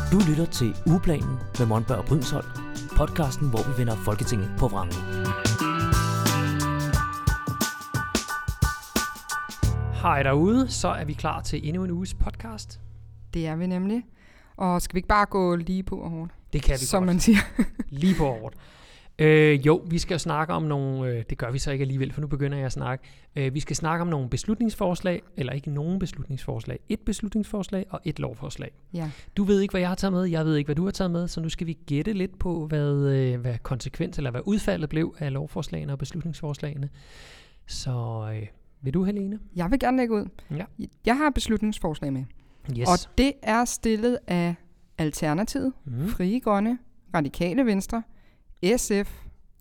Du lytter til Ugeplanen med Monberg og Brydensholt, podcasten, hvor vi vender Folketinget på vrangen. Hej derude, så er vi klar til endnu en uges podcast. Det er vi nemlig. Og skal vi ikke bare gå lige på og hårdt? Det kan vi som godt. Man siger. Lige på hårdt. Jo, vi skal snakke om nogle, det gør vi så ikke alligevel, for nu begynder jeg at snakke. Vi skal snakke om nogle beslutningsforslag, eller ikke nogen beslutningsforslag. Et beslutningsforslag og et lovforslag. Ja. Du ved ikke, hvad jeg har taget med, jeg ved ikke, hvad du har taget med, så nu skal vi gætte lidt på, hvad konsekvens, eller hvad udfaldet blev af lovforslagene og beslutningsforslagene. Så vil du, Helene? Jeg vil gerne lægge ud. Ja. Jeg har et beslutningsforslag med. Yes. Og det er stillet af Alternativet, Frie Grønne, Radikale Venstre, SF.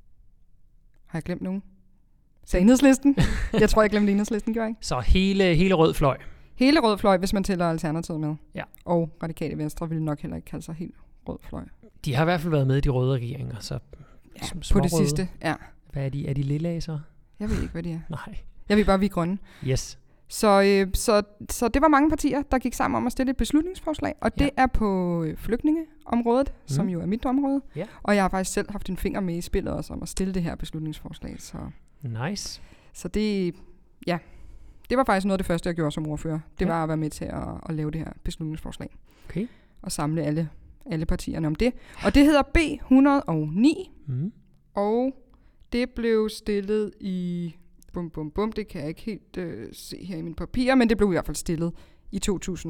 Har jeg glemt nogen? Så Enhedslisten. Jeg tror, jeg glemte Enhedslisten, gjorde jeg ikke? Så hele rød fløj. Hele rød fløj, hvis man tæller Alternativet med. Ja. Og Radikale Venstre ville nok heller ikke kalde sig helt rød fløj. De har i hvert fald været med i de røde regeringer, så ja, på det sidste, ja. Hvad er de? Er de lilla så? Jeg ved ikke, hvad de er. Nej. Jeg ved bare, vi er grønne. Yes. Så det var mange partier, der gik sammen om at stille et beslutningsforslag, og det er på flygtningeområdet, som jo er mit område. Ja. Og jeg har faktisk selv haft en finger med i spillet også om at stille det her beslutningsforslag. Nice. Så det var faktisk noget af det første, jeg gjorde som ordfører. Det var at være med til at lave det her beslutningsforslag. Okay. Og samle alle partierne om det. Og det hedder B109, og det blev stillet i... det kan jeg ikke helt se her i mine papirer, men det blev i hvert fald stillet i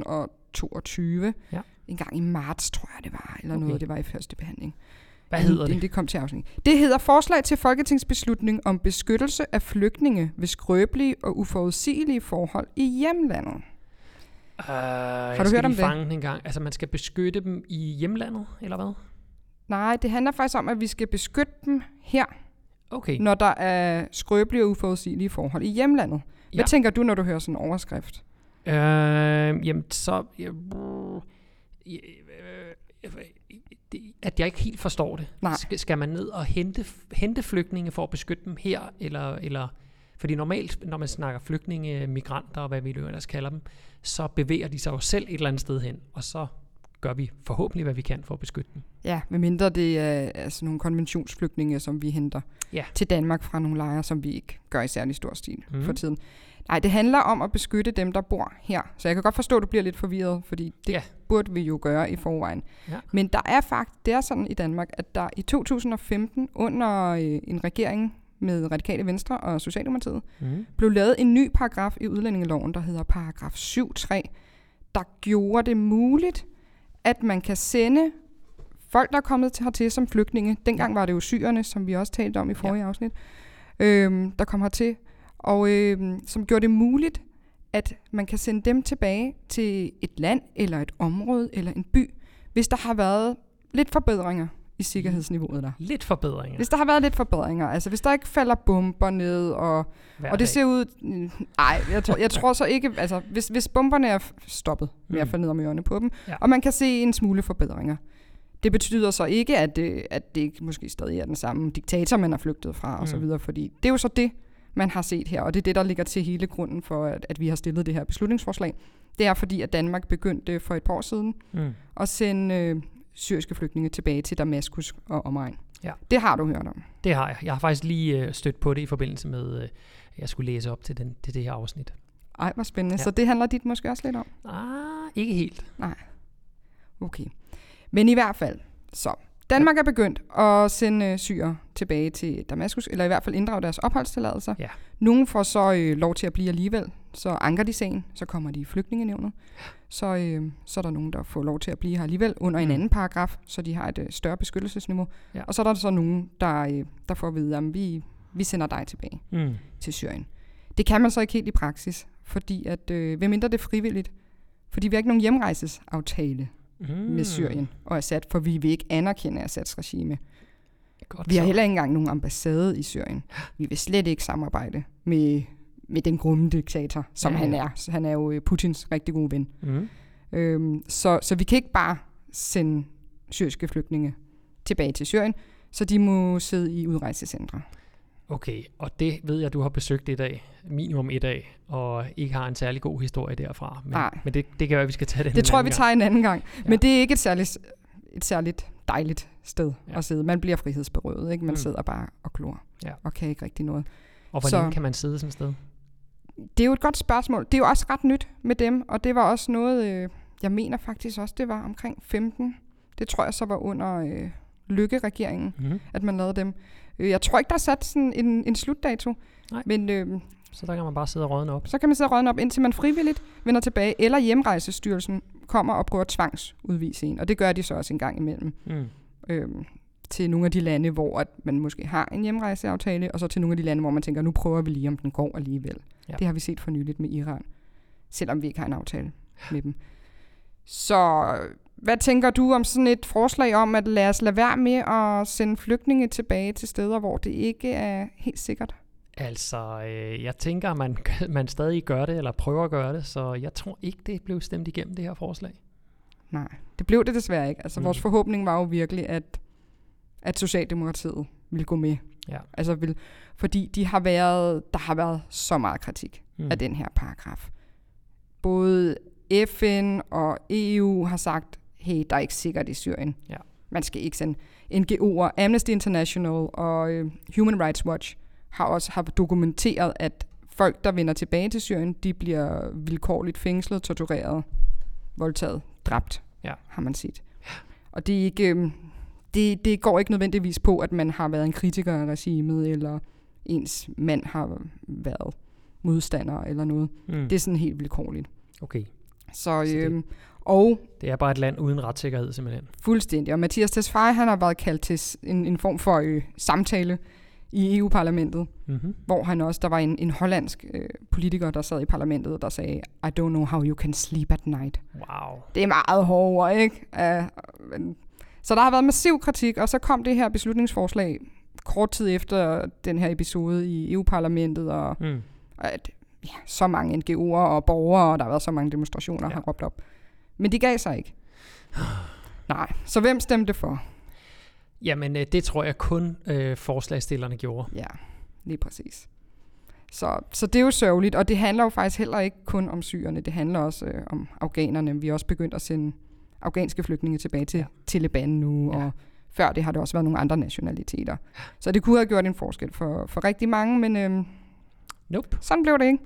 2022. Ja. En gang i marts, tror jeg det var, eller noget, det var i første behandling. Hvad hedder det? Det kom til afsnit. Det hedder Forslag til Folketingsbeslutning om beskyttelse af flygtninge ved skrøbelige og uforudsigelige forhold i hjemlandet. Har du hørt om det? En gang. Altså man skal beskytte dem i hjemlandet, eller hvad? Nej, det handler faktisk om, at vi skal beskytte dem her. Okay. Når der er skrøbelige og uforudsigelige forhold i hjemlandet. Hvad tænker du, når du hører sådan en overskrift? Jamen så... at jeg ikke helt forstår det. Nej. Skal man ned og hente flygtninge for at beskytte dem her? Eller fordi normalt, når man snakker flygtninge, migranter og hvad vi ellers kalder dem, så bevæger de sig jo selv et eller andet sted hen, og så gør vi forhåbentlig, hvad vi kan for at beskytte dem. Ja, medmindre det er altså nogle konventionsflygtninge, som vi henter til Danmark fra nogle lejre, som vi ikke gør i særlig stor stil for tiden. Nej, det handler om at beskytte dem, der bor her. Så jeg kan godt forstå, at du bliver lidt forvirret, fordi det burde vi jo gøre i forvejen. Ja. Men det er sådan i Danmark, at der i 2015 under en regering med Radikale Venstre og Socialdemokratiet, blev lavet en ny paragraf i udlændingeloven, der hedder paragraf 7.3, der gjorde det muligt, at man kan sende folk, der er kommet hertil som flygtninge. Dengang var det jo syrerne, som vi også talte om i forrige afsnit, der kom hertil, og som gjorde det muligt, at man kan sende dem tilbage til et land, eller et område, eller en by, hvis der har været lidt forbedringer i sikkerhedsniveauet der. Lidt forbedringer? Hvis der har været lidt forbedringer. Altså hvis der ikke falder bomber ned, og det ser ud... Nej, jeg tror så ikke... Altså hvis bomberne er stoppet med at falde ned om ørerne på dem, og man kan se en smule forbedringer. Det betyder så ikke, at det måske stadig er den samme diktator, man har flygtet fra, og så videre, fordi det er jo så det, man har set her, og det er det, der ligger til hele grunden for, at vi har stillet det her beslutningsforslag. Det er fordi, at Danmark begyndte for et par år siden at sende syriske flygtninge tilbage til Damaskus og omegn. Ja. Det har du hørt om. Det har jeg. Jeg har faktisk lige stødt på det i forbindelse med, at jeg skulle læse op til det her afsnit. Ej, hvor spændende. Ja. Så det handler dit måske også lidt om? Ikke helt. Nej. Okay. Men i hvert fald, så Danmark er begyndt at sende syrere tilbage til Damaskus, eller i hvert fald inddrage deres opholdstilladelser. Ja. Nogle får så lov til at blive alligevel, så anker de sagen, så kommer de i flygtningenævnet. Så er der nogen, der får lov til at blive her alligevel under en anden paragraf, så de har et større beskyttelsesniveau. Ja. Og så er der så nogen, der får at vide, at vi sender dig tilbage til Syrien. Det kan man så ikke helt i praksis, fordi at hvem mindre det er frivilligt, fordi vi har ikke nogen hjemrejsesaftale med Syrien og Assad, for vi vil ikke anerkende Assads regime. Godt, vi har heller ikke engang nogen ambassade i Syrien. Vi vil slet ikke samarbejde med den grumme diktator, som han er. Så han er jo Putins rigtig gode ven. Så vi kan ikke bare sende syriske flygtninge tilbage til Syrien, så de må sidde i udrejsecentre. Okay, og det ved jeg, du har besøgt i dag, minimum et dag, og ikke har en særlig god historie derfra. Men det kan være, at vi skal tage det. Det tror jeg, vi tager en anden gang. Ja. Men det er ikke et særligt dejligt sted at sidde. Man bliver frihedsberøvet, ikke? Man sidder bare og glor, og kan ikke rigtig noget. Og hvor længe kan man sidde sådan et sted? Det er jo et godt spørgsmål. Det er jo også ret nyt med dem, og det var også noget, jeg mener faktisk også, det var omkring 15. Det tror jeg så var under Løkke-regeringen, at man lavede dem. Jeg tror ikke, der er sat sådan en slutdato. Nej. Men, så der kan man bare sidde og rådne op? Så kan man sidde og rådne op, indtil man frivilligt vender tilbage, eller Hjemrejsestyrelsen kommer og prøver at tvangsudvise en. Og det gør de så også en gang imellem. Til nogle af de lande, hvor at man måske har en hjemrejseaftale, og så til nogle af de lande, hvor man tænker, nu prøver vi lige, om den går alligevel. Ja. Det har vi set for nyligt med Iran, selvom vi ikke har en aftale med dem. Så hvad tænker du om sådan et forslag om, at lad os lade være med at sende flygtninge tilbage til steder, hvor det ikke er helt sikkert? Altså, jeg tænker, man stadig gør det, eller prøver at gøre det, så jeg tror ikke, det blev stemt igennem, det her forslag. Nej, det blev det desværre ikke. Altså, vores forhåbning var jo virkelig, at Socialdemokratiet ville gå med. Ja. Altså, fordi der har været så meget kritik af den her paragraf. Både FN og EU har sagt, hey, der er ikke sikkert i Syrien. Ja. Man skal ikke sende NGO'er. Amnesty International og Human Rights Watch har dokumenteret, at folk, der vender tilbage til Syrien, de bliver vilkårligt fængslet, tortureret, voldtaget, dræbt, har man set. Ja. Og det er ikke... Det går ikke nødvendigvis på, at man har været en kritiker af regimet, eller ens mand har været modstander eller noget. Det er sådan helt vilkårligt. Okay. Så det er bare et land uden retssikkerhed, simpelthen. Fuldstændig. Og Mattias Tesfaye, han har været kaldt til en form for samtale i EU-parlamentet, hvor han også, der var en hollandsk politiker, der sad i parlamentet, der sagde, I don't know how you can sleep at night. Wow. Det er meget hårdere, ikke? Så der har været massiv kritik, og så kom det her beslutningsforslag kort tid efter den her episode i EU-parlamentet, og så mange NGO'er og borgere, og der har været så mange demonstrationer, har råbt op. Men de gav sig ikke. Nej, så hvem stemte for? Jamen, det tror jeg kun forslagsstillerne gjorde. Ja, lige præcis. Så det er jo sørgeligt, og det handler jo faktisk heller ikke kun om syrerne, det handler også om afghanerne. Vi er også begyndt at sende afghanske flygtninge tilbage til Taliban nu, og før det har det også været nogle andre nationaliteter. Så det kunne have gjort en forskel for rigtig mange, men nope. Sådan blev det ikke.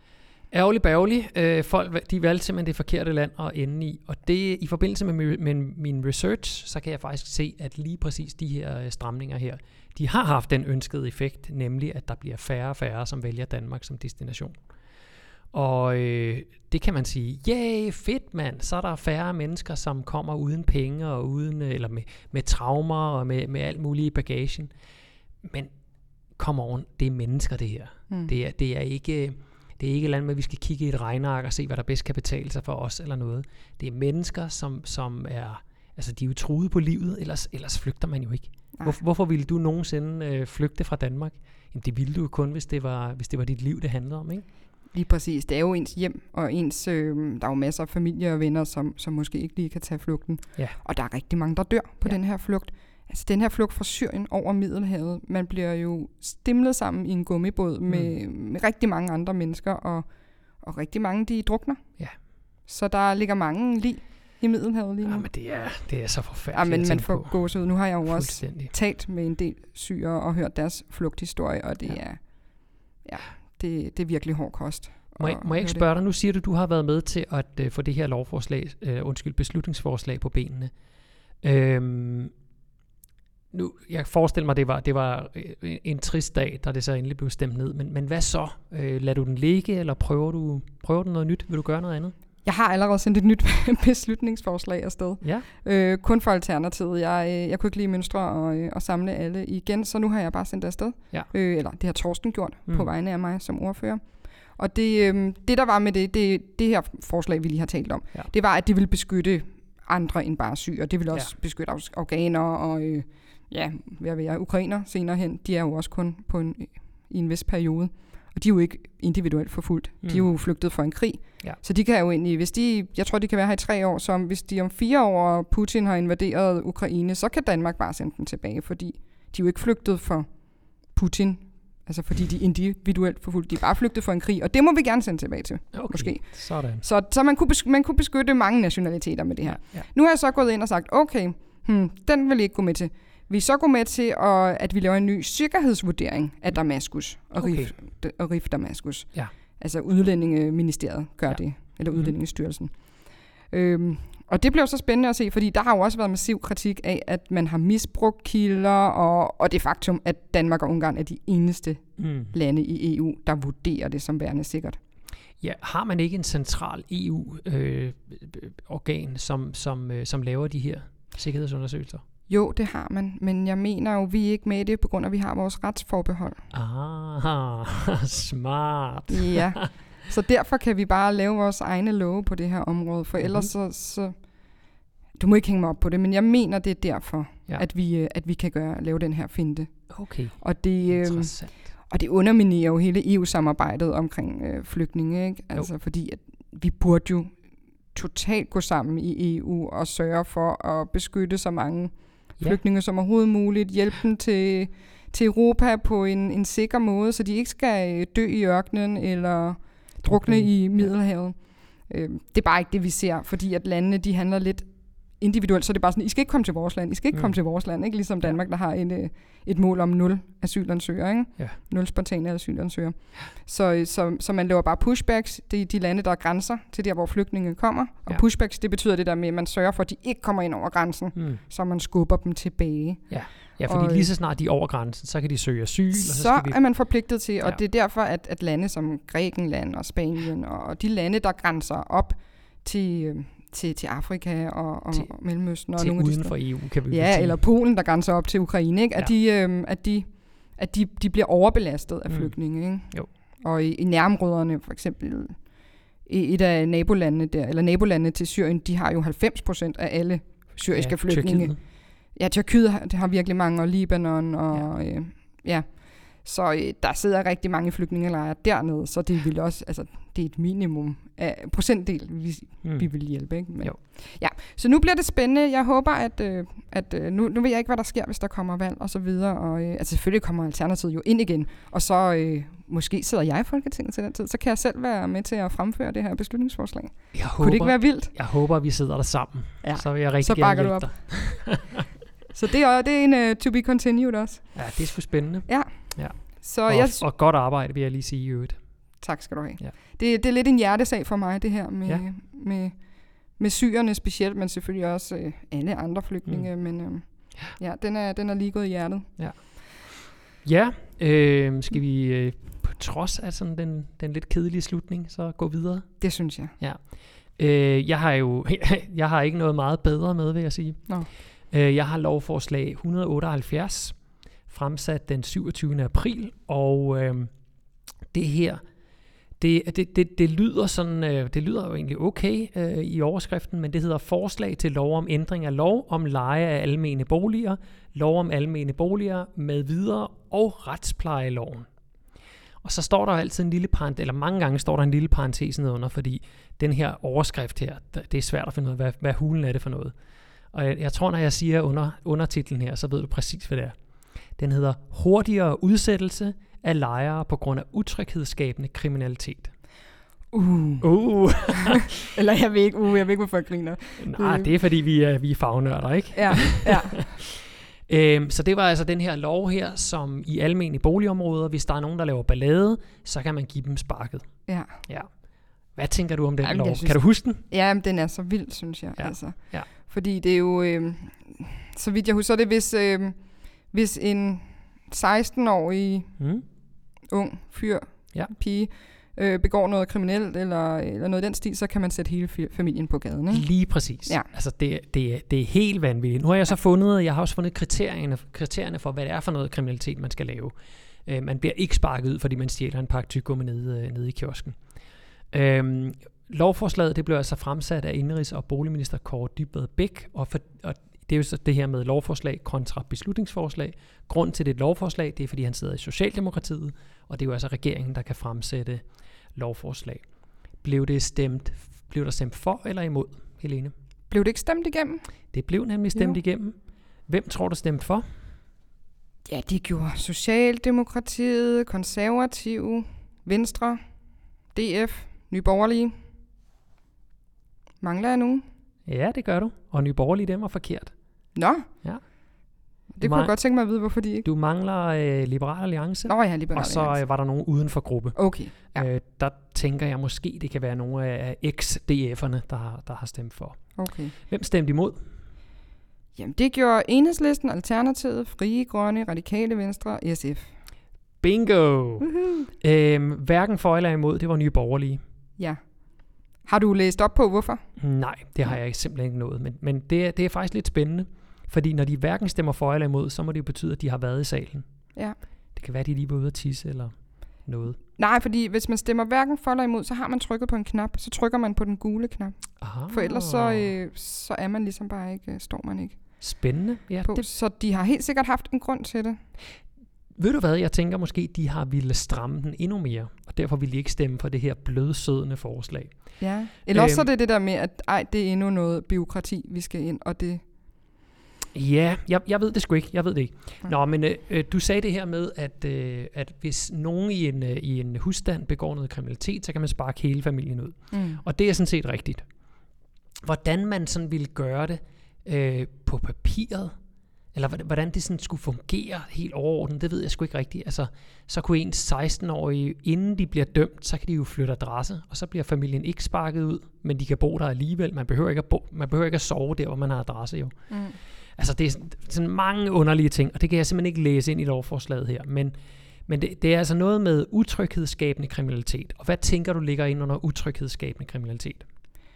Ærgerlig. Folk, de valgte simpelthen det forkerte land at ende i, og det i forbindelse med min research, så kan jeg faktisk se, at lige præcis de her stramninger her, de har haft den ønskede effekt, nemlig at der bliver færre og færre, som vælger Danmark som destination. Og det kan man sige, fedt mand, så er der færre mennesker, som kommer uden penge og uden, eller med traumer og med alt muligt i bagagen. Men come on, det er mennesker det her. Det er ikke et eller andet med, at vi skal kigge i et regneark og se, hvad der bedst kan betale sig for os eller noget. Det er mennesker, som er, altså de er jo truet på livet, ellers flygter man jo ikke. Hvorfor ville du nogensinde flygte fra Danmark? Jamen det ville du jo kun, hvis det var dit liv, det handlede om, ikke? Lige præcis. Det er jo ens hjem, og ens, der er jo masser af familie og venner, som måske ikke lige kan tage flugten. Ja. Og der er rigtig mange, der dør på den her flugt. Altså den her flugt fra Syrien over Middelhavet, man bliver jo stimlet sammen i en gummibåd med rigtig mange andre mennesker, og rigtig mange, de drukner. Ja. Så der ligger mange lig i Middelhavet lige nu. Ja, men det er så forfærdeligt. Ja, men man får gåsehud. Nu har jeg jo også talt med en del syrere og hørt deres flugthistorie, og det er... Ja. Det er virkelig hård kost. Må jeg ikke spørge dig? Nu siger du har været med til at få det her beslutningsforslag på benene. Nu, jeg forestiller mig, det var en trist dag, da det så endelig blev stemt ned. Men hvad så? Lader du den ligge, eller prøver du noget nyt? Vil du gøre noget andet? Jeg har allerede sendt et nyt beslutningsforslag afsted. Ja. Kun for Alternativet. Jeg kunne ikke lige mønstre og samle alle igen, så nu har jeg bare sendt det afsted. Ja. Eller det har Torsten gjort på vegne af mig som ordfører. Og det der var med det her forslag, vi lige har talt om, det var, at det ville beskytte andre end bare syre. Det ville også beskytte afghanere og ukrainer senere hen. De er jo også kun i en vis periode. Og de er jo ikke individuelt forfulgt. De er jo flygtet fra en krig. Ja. Så de kan jo egentlig, jeg tror, de kan være her i 3 år, så hvis de om 4 år Putin har invaderet Ukraine, så kan Danmark bare sende dem tilbage, fordi de er jo ikke flygtet for Putin. Altså fordi de er individuelt forfulgt. De er bare flygtet fra en krig, og det må vi gerne sende tilbage til, måske. Sådan. Så man kunne beskytte mange nationaliteter med det her. Ja. Nu har jeg så gået ind og sagt, okay, den vil jeg ikke gå med til. Vi så gå med til, at vi laver en ny sikkerhedsvurdering af Damaskus og RIF Damaskus. Ja. Altså Udlændingeministeriet gør det, eller Udlændingestyrelsen. Og det bliver så spændende at se, fordi der har jo også været massiv kritik af, at man har misbrugt kilder, og det faktum, at Danmark og Ungarn er de eneste lande i EU, der vurderer det som værende sikkert. Ja, har man ikke en central EU-organ, som laver de her sikkerhedsundersøgelser? Jo, det har man, men jeg mener jo, vi er ikke med i det, på grund af, at vi har vores retsforbehold. Smart. Ja, så derfor kan vi bare lave vores egne love på det her område, for ellers så du må ikke hænge mig op på det, men jeg mener, det er derfor, at vi kan lave den her finte. Okay, og det, og det underminerer jo hele EU-samarbejdet omkring flygtninge, ikke? Altså, fordi at vi burde jo totalt gå sammen i EU og sørge for at beskytte så mange flygtninge som overhovedet muligt, hjælpe dem til Europa på en sikker måde, så de ikke skal dø i ørkenen eller drukne i Middelhavet. Det er bare ikke det, vi ser, fordi at landene, de handler lidt individuelt, så det er bare sådan, I skal ikke komme til vores land, I skal ikke komme til vores land, ikke ligesom Danmark, der har et mål om 0 asylansøgere, ikke? Ja. 0 spontane asylansøgere. Så man laver bare pushbacks, det er de lande, der er grænser til der, hvor flygtninge kommer, og pushbacks, det betyder det der med, at man sørger for, at de ikke kommer ind over grænsen, så man skubber dem tilbage. Ja, fordi lige så snart de er over grænsen, så kan de søge asyl. Og så er man forpligtet til, og det er derfor, at lande som Grækenland og Spanien, og de lande, der grænser op til Afrika og Mellemøsten. Og til nogle uden for EU, kan vi sige. Ja, eller Polen, der grænser op til Ukraine, ikke? At de bliver overbelastet af flygtninge. Ikke? Jo. Og i nærområderne, for eksempel et af nabolandene der, eller nabolandene til Syrien, de har jo 90% af alle syriske flygtninge. Tyrkiet. Ja, Tyrkiet har virkelig mange, og Libanon, og Så der sidder rigtig mange flygtningelejre dernede, så det vil også, altså det er et minimum af procentdel, vi vil hjælpe, ikke? Men, ja, så nu bliver det spændende. Jeg håber, at nu ved jeg ikke, hvad der sker, hvis der kommer valg og så videre, og altså selvfølgelig kommer Alternativet jo ind igen, og så måske sidder jeg i Folketinget til den tid, så kan jeg selv være med til at fremføre det her beslutningsforslag. Kunne det ikke være vildt? Jeg håber, vi sidder der sammen. Ja. Så vil jeg rigtig gerne hjælpe dig. Så det er en to be continued også. Ja, det er sgu spændende. Ja. Så og godt arbejde, vil jeg lige sige i øvrigt. Tak skal du have. Ja. Det er lidt en hjertesag for mig, det her med syrerne specielt, men selvfølgelig også alle andre flygtninge. Men den er lige gået i hjertet. Ja, skal vi på trods af sådan den lidt kedelige slutning, så gå videre? Det synes jeg. Ja. Jeg har ikke noget meget bedre med, vil jeg sige. Nå. Jeg har lovforslag 178, fremsat den 27. april, og det her, det lyder sådan, det lyder jo egentlig okay i overskriften, men det hedder forslag til lov om ændring af lov om leje af almene boliger, lov om almene boliger med videre og retsplejeloven. Og så står der altid en lille parentes, eller mange gange står der en lille parentes nedenunder, fordi den her overskrift her, det er svært at finde ud af, hvad hulen er det for noget. Og jeg tror, når jeg siger undertitlen her, så ved du præcis, hvad det er. Den hedder hurtigere udsættelse af lejere på grund af utryghedsskabende kriminalitet. Eller jeg ved ikke, hvorfor jeg griner. Nej, det er fordi, vi er fagnørder, ikke? Ja. Så det var altså den her lov her, som i almene boligområder, hvis der er nogen, der laver ballade, så kan man give dem sparket. Ja. Hvad tænker du om den lov? Kan du huske den? Ja, den er så vild, synes jeg. Ja. Altså. Ja. Fordi det er jo, så vidt jeg husker, så er det hvis en 16-årig ung fyr, pige, begår noget kriminelt eller noget i den stil, så kan man sætte hele familien på gaden. Ikke? Lige præcis. Ja. Altså det er helt vanvittigt. Nu har jeg så jeg har også fundet kriterierne for, hvad det er for noget kriminalitet, man skal lave. Man bliver ikke sparket ud, fordi man stjæler en pakke tyggegummi nede i kiosken. Lovforslaget det blev altså fremsat af Indenrigs- og Boligminister Kaare Dybvad Bek, og det er jo så det her med lovforslag kontra beslutningsforslag. Grund til det lovforslag, det er fordi han sidder i Socialdemokratiet, og det er jo altså regeringen, der kan fremsætte lovforslag. Blev der stemt for eller imod, Helene? Blev det ikke stemt igennem? Det blev nemlig stemt igennem. Hvem tror du stemte for? Ja, de gjorde Socialdemokratiet, Konservative, Venstre, DF, Nye Borgerlige. Mangler jeg nogen? Ja, det gør du. Og Nye Borgerlige, dem var forkert. Nå. Ja. Det kunne jeg godt tænke mig at vide, hvorfor de ikke. Du mangler Liberal Alliance. Nå ja, Liberal Alliance. Og så var der nogen uden for gruppe. Okay. Ja. Der tænker jeg måske, det kan være nogle af ex-DF'erne, der har stemt for. Okay. Hvem stemte imod? Jamen, det gjorde Enhedslisten, Alternativet, Frie Grønne, Radikale Venstre, SF. Bingo! Hverken for eller imod, det var Nye Borgerlige. Ja. Har du læst op på, hvorfor? Nej, det har jeg simpelthen ikke nået. Men det er faktisk lidt spændende. Fordi når de hverken stemmer for eller imod, så må det jo betyde, at de har været i salen. Ja. Det kan være, at de lige var ude at tisse eller noget. Nej, fordi hvis man stemmer hverken for eller imod, så har man trykket på en knap. Så trykker man på den gule knap. Aha. For ellers så er man ligesom bare ikke, står man ikke. Spændende. Ja, så de har helt sikkert haft en grund til det. Ved du hvad, jeg tænker måske, de har ville stramme den endnu mere, og derfor vil de ikke stemme for det her blødsødende forslag. Ja, eller også er det der med, at det er endnu noget bureaukrati, vi skal ind, og det... Ja, jeg ved det sgu ikke. Jeg ved det ikke. Nå, men du sagde det her med, at hvis nogen i en husstand begår noget kriminalitet, så kan man sparke hele familien ud. Og det er sådan set rigtigt. Hvordan man sådan ville gøre det på papiret, eller hvordan det sådan skulle fungere helt overordnet, det ved jeg sgu ikke rigtigt. Altså, så kunne en 16-årige, inden de bliver dømt, så kan de jo flytte adresse, og så bliver familien ikke sparket ud, men de kan bo der alligevel. Man behøver ikke at sove der, hvor man har adresse jo. Altså, det er sådan mange underlige ting, og det kan jeg simpelthen ikke læse ind i lovforslaget her. Men det er altså noget med utryghedsskabende kriminalitet. Og hvad tænker du ligger ind under utryghedsskabende kriminalitet?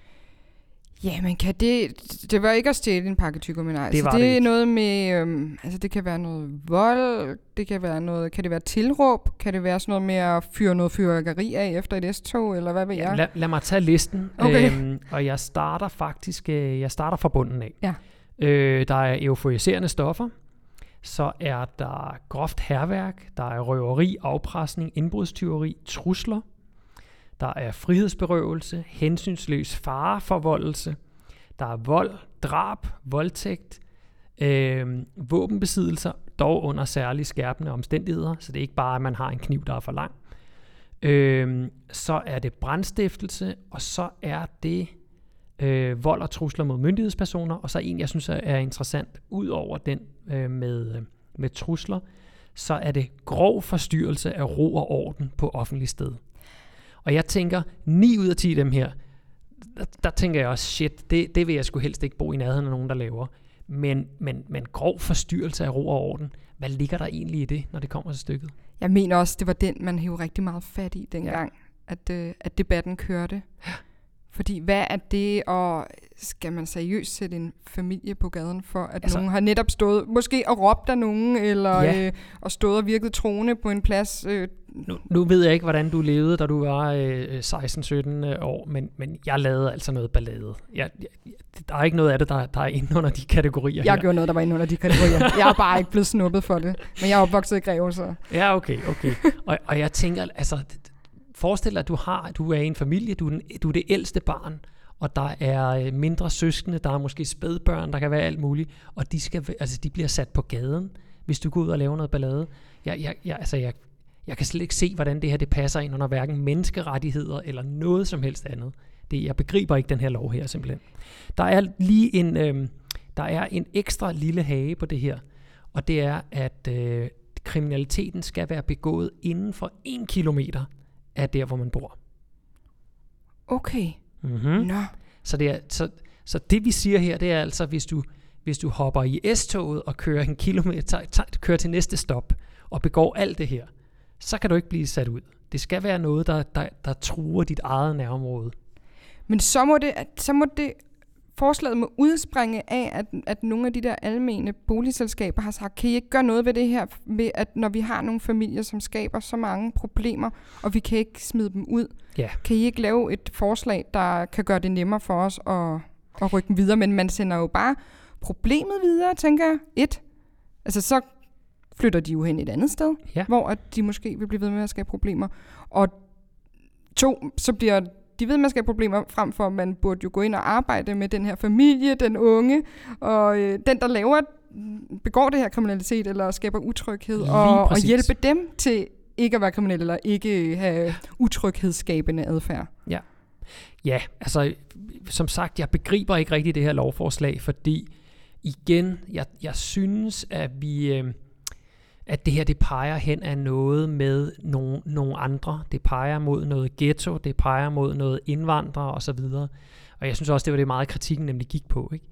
Jamen, det var ikke at stjæle en pakke tyggegummi, nej. Det er ikke noget med, altså det kan være noget vold, det kan være noget, kan det være tilråb, kan det være sådan noget med at fyre noget fyrværkeri af efter et S-tog, eller hvad ved jeg? Lad mig tage listen, okay. Og jeg starter fra bunden af. Ja. Der er euforiserende stoffer, så er der groft hærværk, der er røveri, afpresning, indbrudstyveri, trusler, der er frihedsberøvelse, hensynsløs fareforvoldelse, der er vold, drab, voldtægt, våbenbesiddelser, dog under særlig skærpende omstændigheder, så det er ikke bare, at man har en kniv, der er for lang. Så er det brandstiftelse, og så er det vold og trusler mod myndighedspersoner, og så en, jeg synes er interessant, ud over den med trusler, så er det grov forstyrrelse af ro og orden på offentlig sted. Og jeg tænker, 9 ud af 10 af dem her, der tænker jeg også, shit, det vil jeg sgu helst ikke bo i nærheden af nogen, der laver. Men grov forstyrrelse af ro og orden, hvad ligger der egentlig i det, når det kommer til stykket? Jeg mener også, det var den, man hævde rigtig meget fat i dengang, at debatten kørte. Ja. Fordi hvad er det, og skal man seriøst sætte en familie på gaden for, at nogen har netop stået, måske og råbt af nogen, eller og stået og virket troende på en plads. Nu ved jeg ikke, hvordan du levede, da du var 16-17 år, men jeg lavede altså noget ballade. Der er ikke noget af det, der er inde under de kategorier Jeg gjorde noget, der var inde under de kategorier. Jeg er bare ikke blevet snuppet for det, men jeg er opvokset i Greve, så... Ja, okay. Og jeg tænker, altså... Forestil dig, at du er i en familie, du er det ældste barn, og der er mindre søskende, der er måske spædbørn, der kan være alt muligt, og de bliver sat på gaden, hvis du går ud og laver noget ballade. Jeg kan slet ikke se, hvordan det her det passer ind under hverken menneskerettigheder eller noget som helst andet. Jeg begriber ikke den her lov her simpelthen. Der er lige en ekstra lille hage på det her, og det er, at kriminaliteten skal være begået inden for 1 kilometer af der, hvor man bor. Okay. Mm-hmm. Nå. Så det vi siger her, det er altså, hvis du hopper i S-toget og kører 1 kilometer, kører til næste stop og begår alt det her, så kan du ikke blive sat ud. Det skal være noget, der truer dit eget nærområde. Men så må det forslaget må udspringe af, at nogle af de der almene boligselskaber har sagt, kan I ikke gøre noget ved det her, ved at når vi har nogle familier, som skaber så mange problemer, og vi kan ikke smide dem ud, kan I ikke lave et forslag, der kan gøre det nemmere for os at rykke dem videre, men man sender jo bare problemet videre, tænker jeg. Altså så flytter de jo hen et andet sted, hvor at de måske vil blive ved med at skabe problemer, og 2, så bliver de ved, man skal have problemer frem for, at man burde jo gå ind og arbejde med den her familie, den unge, og den, der laver begår det her kriminalitet, eller skaber utryghed, og hjælpe dem til ikke at være kriminelle, eller ikke have utryghedsskabende adfærd. Ja, altså som sagt, jeg begriber ikke rigtig det her lovforslag, fordi igen, jeg synes, at det her, det peger hen af noget med nogle andre. Det peger mod noget ghetto, det peger mod noget indvandrere osv. Og jeg synes også, det var det meget kritikken nemlig gik på, ikke?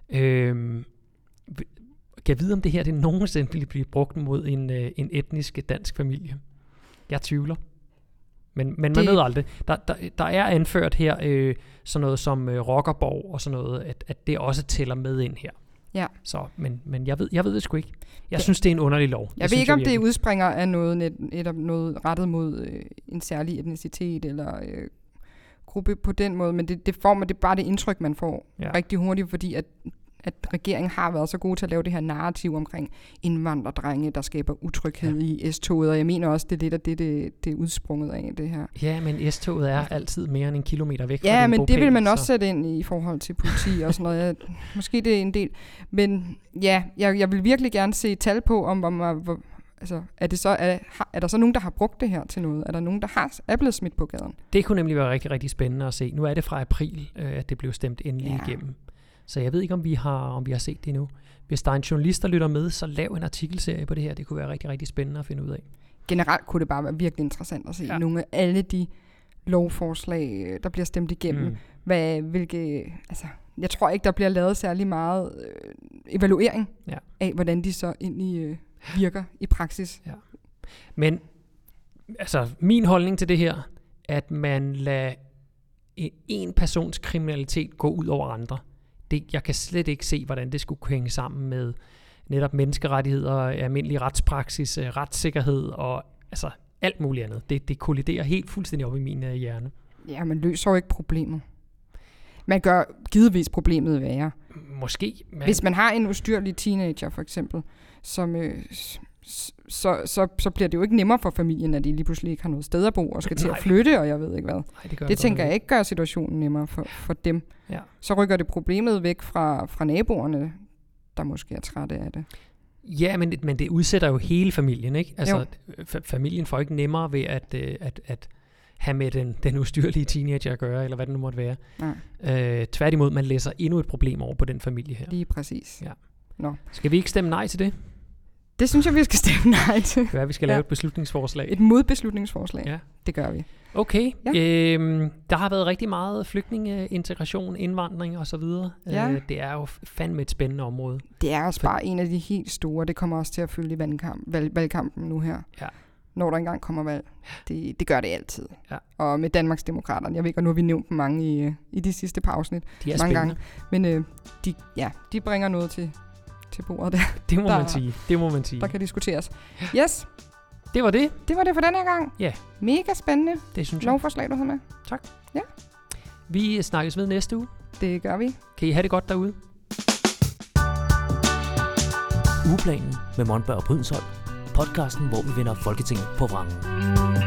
Kan jeg vide, om det her det nogensinde ville blive brugt mod en etnisk dansk familie? Jeg tvivler. Men man ved aldrig. Der er anført her sådan noget som Rockerborg og sådan noget, at det også tæller med ind her. Ja. Så, men jeg ved det sgu ikke. Jeg synes, det er en underlig lov. Jeg ved ikke, om det udspringer af noget rettet mod en særlig etnicitet eller gruppe på den måde, men det former det bare det indtryk, man får rigtig hurtigt, fordi at regeringen har været så god til at lave det her narrativ omkring indvandrerdrenge, der skaber utryghed i S-toget, og jeg mener også, det er lidt af det er udsprunget af det her. Ja, men S-toget er altid mere end 1 kilometer væk fra ja, men bopæl, det vil man også sætte ind i forhold til politi og sådan noget. Måske det er en del, men ja, jeg vil virkelig gerne se tal på, altså, er der så nogen, der har brugt det her til noget? Er der nogen, der er blevet smidt på gaden? Det kunne nemlig være rigtig, rigtig spændende at se. Nu er det fra april, at det blev stemt endelig igennem. Så jeg ved ikke, om vi har set det endnu. Hvis der er en journalist, der lytter med, så lav en artikelserie på det her. Det kunne være rigtig, rigtig spændende at finde ud af. Generelt kunne det bare være virkelig interessant at se nogle af alle de lovforslag, der bliver stemt igennem. Jeg tror ikke, der bliver lavet særlig meget evaluering af, hvordan de så egentlig virker i praksis. Ja. Men altså, min holdning til det her, at man lader en persons kriminalitet gå ud over andre, jeg kan slet ikke se, hvordan det skulle hænge sammen med netop menneskerettigheder, almindelig retspraksis, retssikkerhed og altså alt muligt andet. Det kolliderer helt fuldstændig op i min hjerne. Ja, man løser jo ikke problemet. Man gør givetvis problemet værre. Måske. Hvis man har en ustyrlig teenager for eksempel, som så bliver det jo ikke nemmere for familien, at de lige pludselig ikke har noget sted at bo og skal til at flytte, og jeg ved ikke hvad. Nej, det tænker jeg ikke gør situationen nemmere for dem. Ja. Så rykker det problemet væk fra naboerne, der måske er trætte af det. Ja, men det udsætter jo hele familien, ikke? Altså, familien får ikke nemmere ved at have med den ustyrlige teenager at gøre, eller hvad det nu måtte være. Tværtimod, man læser endnu et problem over på den familie her. Lige præcis. Ja. Nå. Skal vi ikke stemme nej til det? Det synes jeg, vi skal stemme nej til. Det er, vi skal lave et beslutningsforslag. Et modbeslutningsforslag. Ja. Det gør vi. Okay. Ja. Der har været rigtig meget flygtninge, indvandring og så videre. Ja. Det er jo fandme et spændende område. Det er også bare en af de helt store. Det kommer også til at følge i valgkampen nu her. Ja. Når der engang kommer valg. Det gør det altid. Ja. Og med Danmarksdemokraterne. Jeg ved ikke, nu har vi nævnt dem mange i de sidste par afsnit. De er mange gange. Men de bringer noget til bordet der. Det må man sige. Der kan diskuteres. Yes. Det var det. Det var det for den her gang. Ja. Mega spændende. Det synes jeg. Lovforslag, du har med. Tak. Ja. Vi snakkes ved næste uge. Det gør vi. Kan I have det godt derude? Ugeplanen med Monberg og Brydensholt. Podcasten, hvor vi vender Folketinget på vrangen.